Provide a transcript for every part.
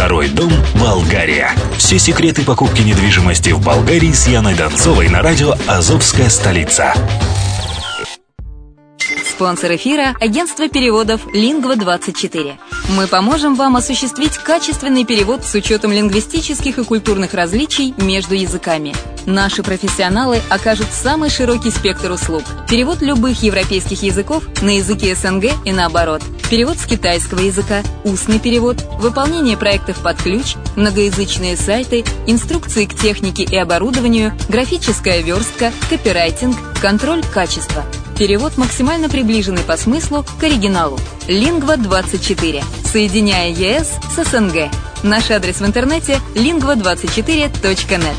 Второй дом Болгария. Все секреты покупки недвижимости в Болгарии с Яной Донцовой на радио «Азовская столица». Спонсор эфира – агентство переводов Lingva24. Мы поможем вам осуществить качественный перевод с учетом лингвистических и культурных различий между языками. Наши профессионалы окажут самый широкий спектр услуг. Перевод любых европейских языков на языки СНГ и наоборот. Перевод с китайского языка, устный перевод, выполнение проектов под ключ, многоязычные сайты, инструкции к технике и оборудованию, графическая верстка, копирайтинг, контроль качества. Перевод максимально приближенный по смыслу к оригиналу. Lingva24. Соединяя ЕС с СНГ. Наш адрес в интернете lingva24.net.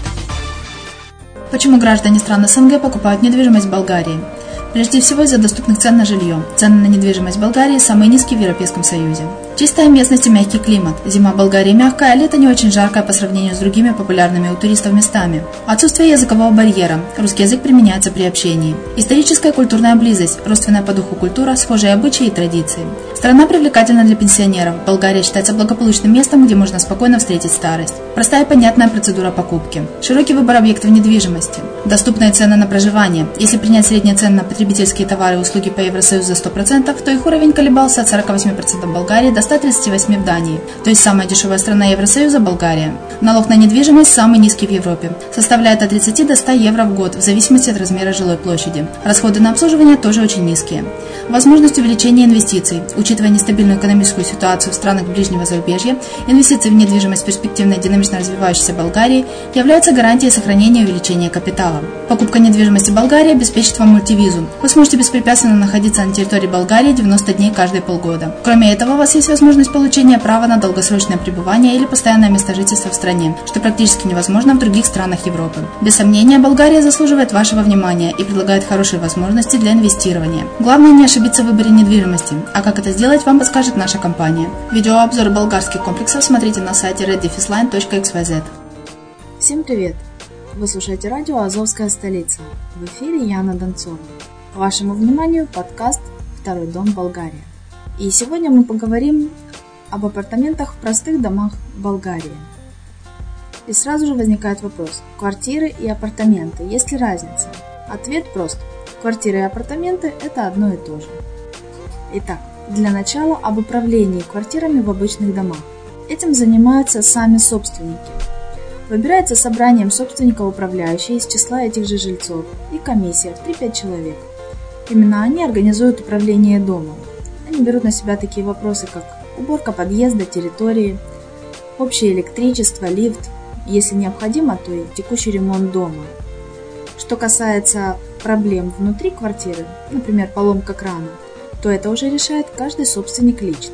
Почему граждане стран СНГ покупают недвижимость в Болгарии? Прежде всего из-за доступных цен на жилье. Цены на недвижимость в Болгарии самые низкие в Европейском Союзе. Чистая местность и мягкий климат. Зима в Болгарии мягкая, а лето не очень жаркое по сравнению с другими популярными у туристов местами. Отсутствие языкового барьера. Русский язык применяется при общении. Историческая и культурная близость. Родственная по духу культура, схожие обычаи и традиции. Страна привлекательна для пенсионеров. Болгария считается благополучным местом, где можно спокойно встретить старость. Простая и понятная процедура покупки. Широкий выбор объектов недвижимости. Доступные цены на проживание. Если принять средние цены на потребительские товары и услуги по Евросоюзу за 100%, то их уровень колебался от 48% в Болгарии до 138% в Дании. То есть самая дешевая страна Евросоюза – Болгария. Налог на недвижимость самый низкий в Европе. Составляет от 30 до 100 евро в год, в зависимости от размера жилой площади. Расходы на обслуживание тоже очень низкие. Возможность увеличения инвестиций. Учитывая нестабильную экономическую ситуацию в странах ближнего зарубежья, инвестиции в недвижимость в перспективной динамично развивающейся Болгарии являются гарантией сохранения и увеличения капитала. Покупка недвижимости в Болгарии обеспечит вам мультивизу. Вы сможете беспрепятственно находиться на территории Болгарии 90 дней каждые полгода. Кроме этого, у вас есть возможность получения права на долгосрочное пребывание или постоянное место жительства в стране, что практически невозможно в других странах Европы. Без сомнения, Болгария заслуживает вашего внимания и предлагает хорошие возможности для инвестирования. Главное не ошибиться в выборе недвижимости, а как это сделать, вам подскажет наша компания. Видеообзор болгарских комплексов смотрите на сайте reddefisline.xyz. Всем привет! Вы слушаете радио «Азовская столица». В эфире Яна Донцова. К вашему вниманию подкаст «Второй дом Болгария». И сегодня мы поговорим об апартаментах в простых домах Болгарии. И сразу же возникает вопрос: квартиры и апартаменты, есть ли разница? Ответ прост. Квартиры и апартаменты – это одно и то же. Итак, для начала об управлении квартирами в обычных домах. Этим занимаются сами собственники. Выбирается собранием собственников управляющий из числа этих же жильцов и комиссия в 3-5 человек. Именно они организуют управление домом. Они берут на себя такие вопросы, как уборка подъезда, территории, общее электричество, лифт, если необходимо, то и текущий ремонт дома. Что касается проблем внутри квартиры, например, поломка крана, то это уже решает каждый собственник лично.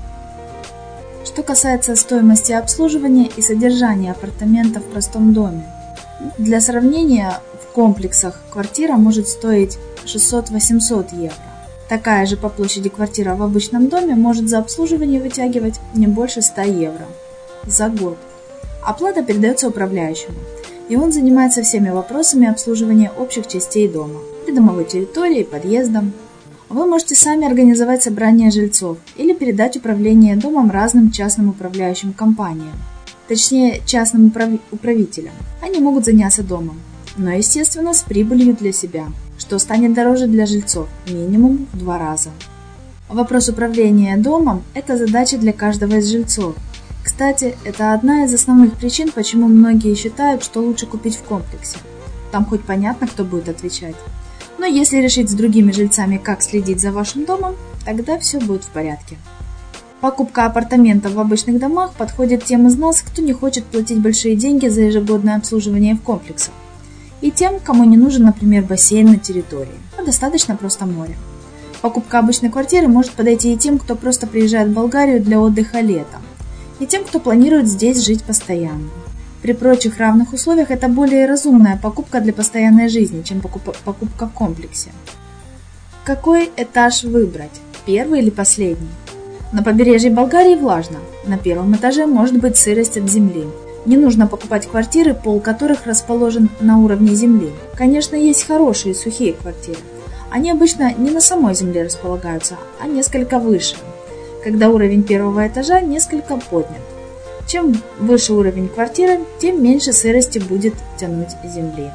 Что касается стоимости обслуживания и содержания апартаментов в простом доме, для сравнения, в комплексах квартира может стоить 600-800 евро. Такая же по площади квартира в обычном доме может за обслуживание вытягивать не больше 100 евро за год. Оплата передается управляющему, и он занимается всеми вопросами обслуживания общих частей дома, придомовой территории, подъезда. Вы можете сами организовать собрание жильцов или передать управление домом разным частным управляющим компаниям, точнее частным управителям. Они могут заняться домом, но, естественно, с прибылью для себя, что станет дороже для жильцов минимум в 2 раза. Вопрос управления домом – это задача для каждого из жильцов. Кстати, это одна из основных причин, почему многие считают, что лучше купить в комплексе. Там хоть понятно, кто будет отвечать. Но если решить с другими жильцами, как следить за вашим домом, тогда все будет в порядке. Покупка апартаментов в обычных домах подходит тем из нас, кто не хочет платить большие деньги за ежегодное обслуживание в комплексах, и тем, кому не нужен, например, бассейн на территории, а достаточно просто море. Покупка обычной квартиры может подойти и тем, кто просто приезжает в Болгарию для отдыха летом, и тем, кто планирует здесь жить постоянно. При прочих равных условиях это более разумная покупка для постоянной жизни, чем покупка в комплексе. Какой этаж выбрать? Первый или последний? На побережье Болгарии влажно. На первом этаже может быть сырость от земли. Не нужно покупать квартиры, пол которых расположен на уровне земли. Конечно, есть хорошие сухие квартиры. Они обычно не на самой земле располагаются, а несколько выше, когда уровень первого этажа несколько поднят. Чем выше уровень квартиры, тем меньше сырости будет тянуть земли.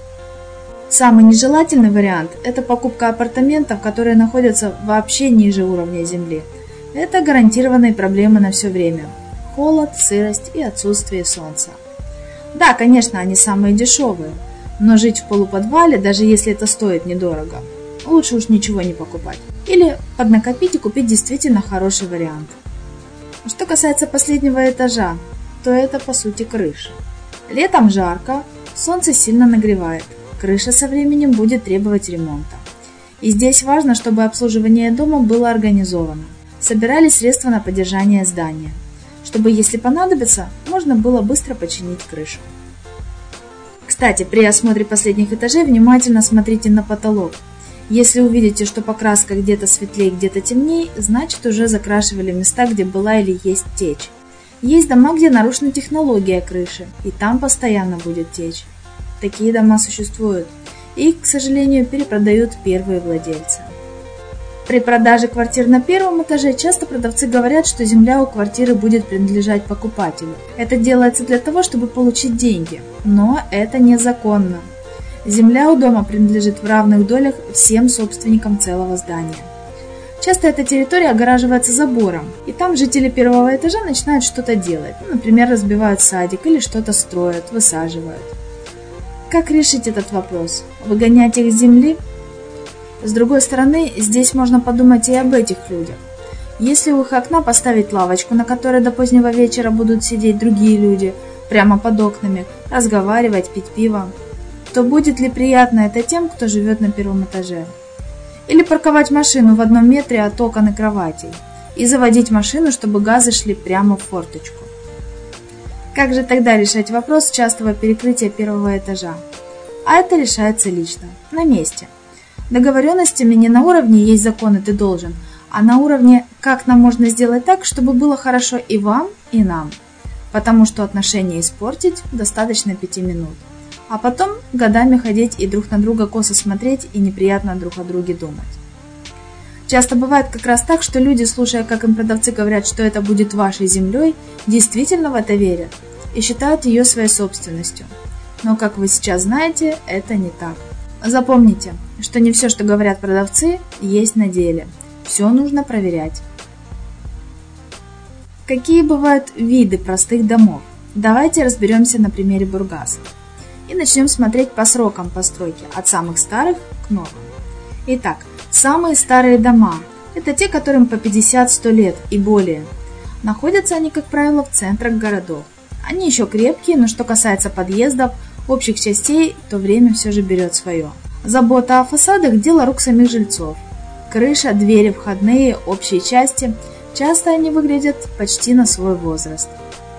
Самый нежелательный вариант – это покупка апартаментов, которые находятся вообще ниже уровня земли. Это гарантированные проблемы на все время. Холод, сырость и отсутствие солнца. Да, конечно, они самые дешевые, но жить в полуподвале, даже если это стоит недорого, лучше уж ничего не покупать. Или поднакопить и купить действительно хороший вариант. Что касается последнего этажа, то это по сути крыша. Летом жарко, солнце сильно нагревает. Крыша со временем будет требовать ремонта. И здесь важно, чтобы обслуживание дома было организовано. Собирали средства на поддержание здания, чтобы, если понадобится, можно было быстро починить крышу. Кстати, при осмотре последних этажей внимательно смотрите на потолок. Если увидите, что покраска где-то светлее, где-то темнее, значит уже закрашивали места, где была или есть течь. Есть дома, где нарушена технология крыши, и там постоянно будет течь. Такие дома существуют, и их, к сожалению, перепродают первые владельцы. При продаже квартир на первом этаже часто продавцы говорят, что земля у квартиры будет принадлежать покупателю. Это делается для того, чтобы получить деньги, но это незаконно. Земля у дома принадлежит в равных долях всем собственникам целого здания. Часто эта территория огораживается забором, и там жители первого этажа начинают что-то делать, например, разбивают садик или что-то строят, высаживают. Как решить этот вопрос? Выгонять их с земли? С другой стороны, здесь можно подумать и об этих людях. Если у их окна поставить лавочку, на которой до позднего вечера будут сидеть другие люди, прямо под окнами, разговаривать, пить пиво, то будет ли приятно это тем, кто живет на первом этаже? Или парковать машину в 1 метре от окон и кроватей, и заводить машину, чтобы газы шли прямо в форточку. Как же тогда решать вопрос частого перекрытия первого этажа? А это решается лично, на месте. Договоренностями не на уровне «есть закон и ты должен», а на уровне «как нам можно сделать так, чтобы было хорошо и вам, и нам». Потому что отношения испортить достаточно 5 минут. А потом годами ходить и друг на друга косо смотреть и неприятно друг о друге думать. Часто бывает как раз так, что люди, слушая, как им продавцы говорят, что это будет вашей землей, действительно в это верят и считают ее своей собственностью. Но, как вы сейчас знаете, это не так. Запомните, что не все, что говорят продавцы, есть на деле. Все нужно проверять. Какие бывают виды простых домов? Давайте разберемся на примере Бургаса. И начнем смотреть по срокам постройки, от самых старых к новым. Итак, самые старые дома – это те, которым по 50-100 лет и более. Находятся они, как правило, в центрах городов. Они еще крепкие, но что касается подъездов, общих частей, то время все же берет свое. Забота о фасадах – дело рук самих жильцов. Крыша, двери, входные, общие части – часто они выглядят почти на свой возраст.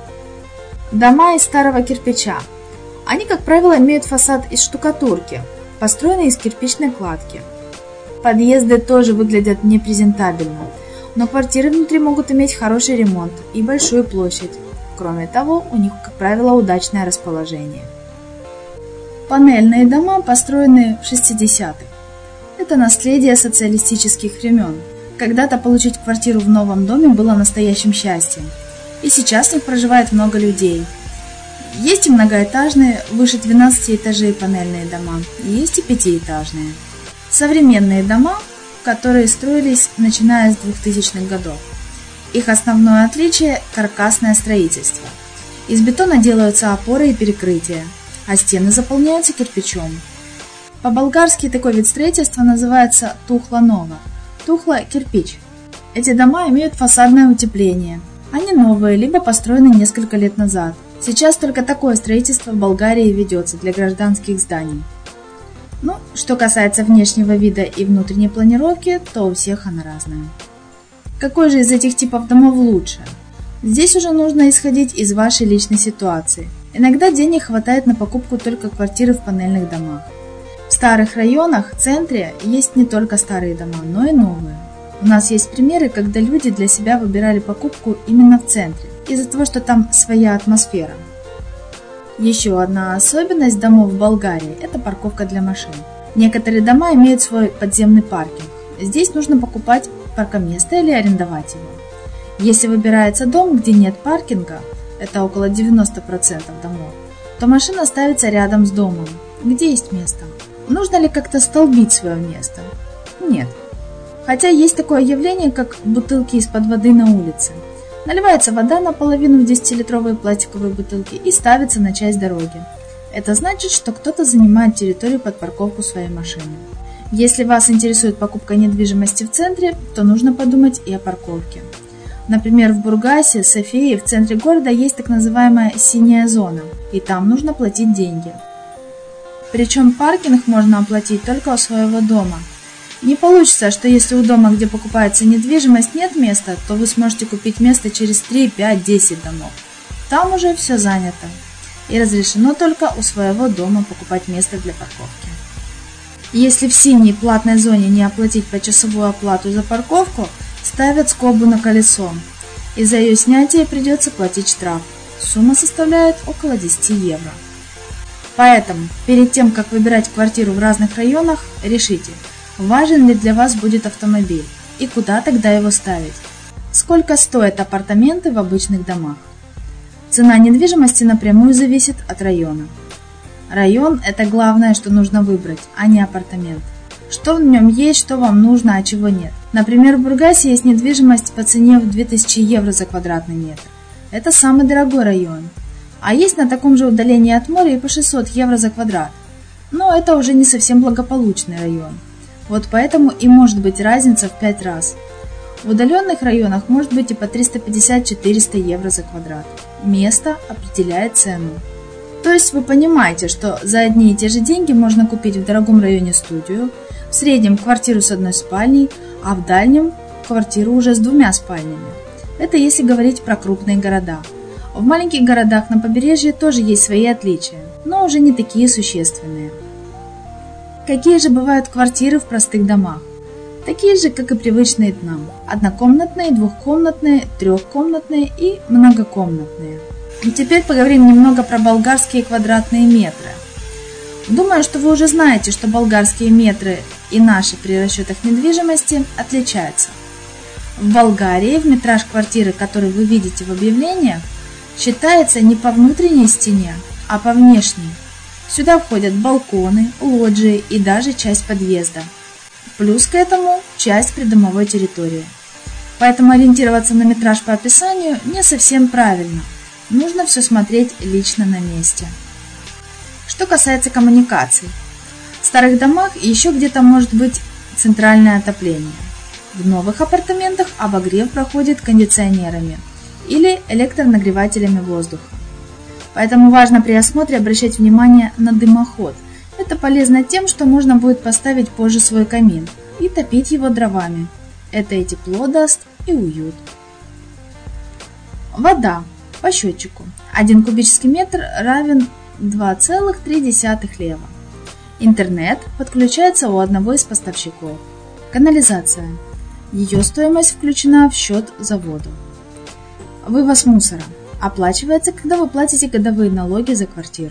Дома из старого кирпича. Они, как правило, имеют фасад из штукатурки, построенный из кирпичной кладки. Подъезды тоже выглядят непрезентабельно, но квартиры внутри могут иметь хороший ремонт и большую площадь. Кроме того, у них, как правило, удачное расположение. Панельные дома, построенные в 60-х. Это наследие социалистических времен. Когда-то получить квартиру в новом доме было настоящим счастьем. И сейчас в них проживает много людей. Есть и многоэтажные, выше 12 этажей панельные дома, есть и 5-этажные. Современные дома, которые строились начиная с 2000-х годов. Их основное отличие – каркасное строительство. Из бетона делаются опоры и перекрытия, а стены заполняются кирпичом. По-болгарски такой вид строительства называется тухла-нова. Тухла – кирпич. Эти дома имеют фасадное утепление. Они новые, либо построены несколько лет назад. Сейчас только такое строительство в Болгарии ведется для гражданских зданий. Что касается внешнего вида и внутренней планировки, то у всех она разная. Какой же из этих типов домов лучше? Здесь уже нужно исходить из вашей личной ситуации. Иногда денег хватает на покупку только квартиры в панельных домах. В старых районах, в центре, есть не только старые дома, но и новые. У нас есть примеры, когда люди для себя выбирали покупку именно в центре, из-за того, что там своя атмосфера. Еще одна особенность домов в Болгарии – это парковка для машин. Некоторые дома имеют свой подземный паркинг. Здесь нужно покупать паркоместо или арендовать его. Если выбирается дом, где нет паркинга, это около 90% домов, то машина ставится рядом с домом, где есть место. Нужно ли как-то столбить свое место? Нет. Хотя есть такое явление, как бутылки из-под воды на улице. Наливается вода наполовину в 10-литровые пластиковые бутылки и ставится на часть дороги. Это значит, что кто-то занимает территорию под парковку своей машины. Если вас интересует покупка недвижимости в центре, то нужно подумать и о парковке. Например, в Бургасе, Софии, в центре города есть так называемая синяя зона, и там нужно платить деньги. Причем паркинг можно оплатить только у своего дома. Не получится, что если у дома, где покупается недвижимость, нет места, то вы сможете купить место через 3, 5, 10 домов. Там уже все занято. И разрешено только у своего дома покупать место для парковки. Если в синей платной зоне не оплатить почасовую оплату за парковку, ставят скобу на колесо, и за ее снятие придется платить штраф. Сумма составляет около 10 евро. Поэтому, перед тем, как выбирать квартиру в разных районах, решите, важен ли для вас будет автомобиль и куда тогда его ставить. Сколько стоят апартаменты в обычных домах? Цена недвижимости напрямую зависит от района. Район – это главное, что нужно выбрать, а не апартамент. Что в нем есть, что вам нужно, а чего нет. Например, в Бургасе есть недвижимость по цене в 2000 евро за квадратный метр. Это самый дорогой район. А есть на таком же удалении от моря и по 600 евро за квадрат. Но это уже не совсем благополучный район. Вот поэтому и может быть разница в 5 раз. В удаленных районах может быть и по 350-400 евро за квадрат. Место определяет цену. То есть вы понимаете, что за одни и те же деньги можно купить в дорогом районе студию, в среднем квартиру с одной спальней, а в дальнем квартиру уже с 2 спальнями. Это если говорить про крупные города. В маленьких городах на побережье тоже есть свои отличия, но уже не такие существенные. Какие же бывают квартиры в простых домах? Такие же, как и привычные нам. Однокомнатные, двухкомнатные, трехкомнатные и многокомнатные. И теперь поговорим немного про болгарские квадратные метры. Думаю, что вы уже знаете, что болгарские метры и наши при расчетах недвижимости отличаются. В Болгарии в метраж квартиры, который вы видите в объявлениях, считается не по внутренней стене, а по внешней. Сюда входят балконы, лоджии и даже часть подъезда. Плюс к этому часть придомовой территории. Поэтому ориентироваться на метраж по описанию не совсем правильно. Нужно все смотреть лично на месте. Что касается коммуникаций. В старых домах еще где-то может быть центральное отопление. В новых апартаментах обогрев проходит кондиционерами или электронагревателями воздуха. Поэтому важно при осмотре обращать внимание на дымоход. Это полезно тем, что можно будет поставить позже свой камин и топить его дровами. Это и тепло даст, и уют. Вода. По счетчику. 1 кубический метр равен 2,3 лева. Интернет подключается у одного из поставщиков. Канализация. Ее стоимость включена в счет за воду. Вывоз мусора. Оплачивается, когда вы платите годовые налоги за квартиру.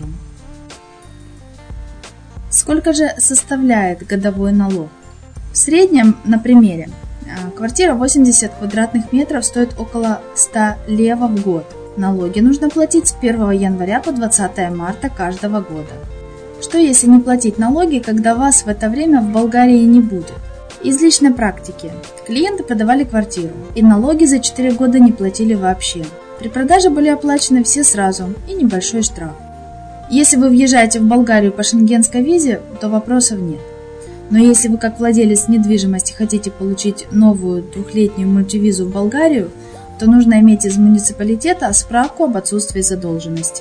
Сколько же составляет годовой налог? В среднем, на примере, квартира 80 квадратных метров стоит около 100 лева в год. Налоги нужно платить с 1 января по 20 марта каждого года. Что если не платить налоги, когда вас в это время в Болгарии не будет? Из личной практики. Клиенты продавали квартиру, и налоги за 4 года не платили вообще. При продаже были оплачены все сразу и небольшой штраф. Если вы въезжаете в Болгарию по шенгенской визе, то вопросов нет. Но если вы как владелец недвижимости хотите получить новую 2-летнюю мультивизу в Болгарию, то нужно иметь из муниципалитета справку об отсутствии задолженностей.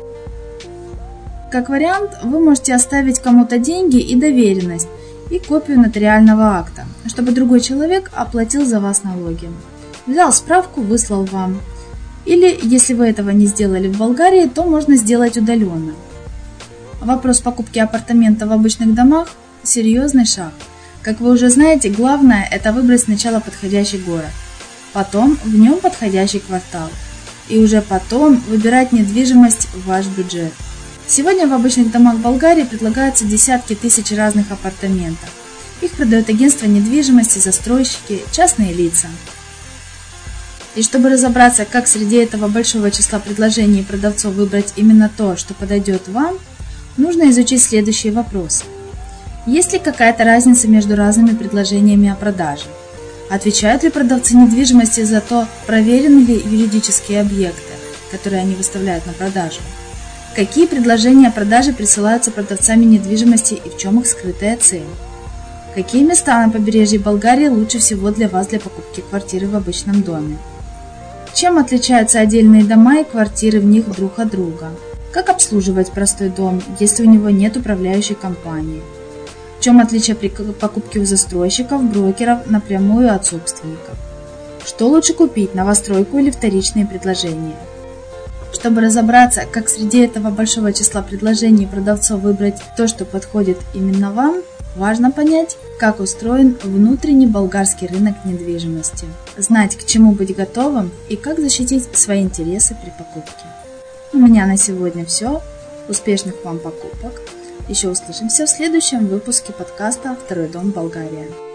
Как вариант, вы можете оставить кому-то деньги и доверенность, и копию нотариального акта, чтобы другой человек оплатил за вас налоги. Взял справку, выслал вам. Или, если вы этого не сделали в Болгарии, то можно сделать удаленно. Вопрос покупки апартамента в обычных домах – серьезный шаг. Как вы уже знаете, главное – это выбрать сначала подходящий город. Потом в нем подходящий квартал, и уже потом выбирать недвижимость в ваш бюджет. Сегодня в обычных домах Болгарии предлагаются десятки тысяч разных апартаментов. Их продают агентства недвижимости, застройщики, частные лица. И чтобы разобраться, как среди этого большого числа предложений и продавцов выбрать именно то, что подойдет вам, нужно изучить следующие вопросы. Есть ли какая-то разница между разными предложениями о продаже? Отвечают ли продавцы недвижимости за то, проверены ли юридические объекты, которые они выставляют на продажу? Какие предложения о продаже присылаются продавцами недвижимости и в чем их скрытая цель? Какие места на побережье Болгарии лучше всего для вас для покупки квартиры в обычном доме? Чем отличаются отдельные дома и квартиры в них друг от друга? Как обслуживать простой дом, если у него нет управляющей компании? В чем отличие при покупке у застройщиков, брокеров напрямую от собственников? Что лучше купить, новостройку или вторичные предложения? Чтобы разобраться, как среди этого большого числа предложений продавцов выбрать то, что подходит именно вам, важно понять, как устроен внутренний болгарский рынок недвижимости, знать, к чему быть готовым и как защитить свои интересы при покупке. У меня на сегодня все. Успешных вам покупок! Еще услышимся в следующем выпуске подкаста «Второй дом Болгария».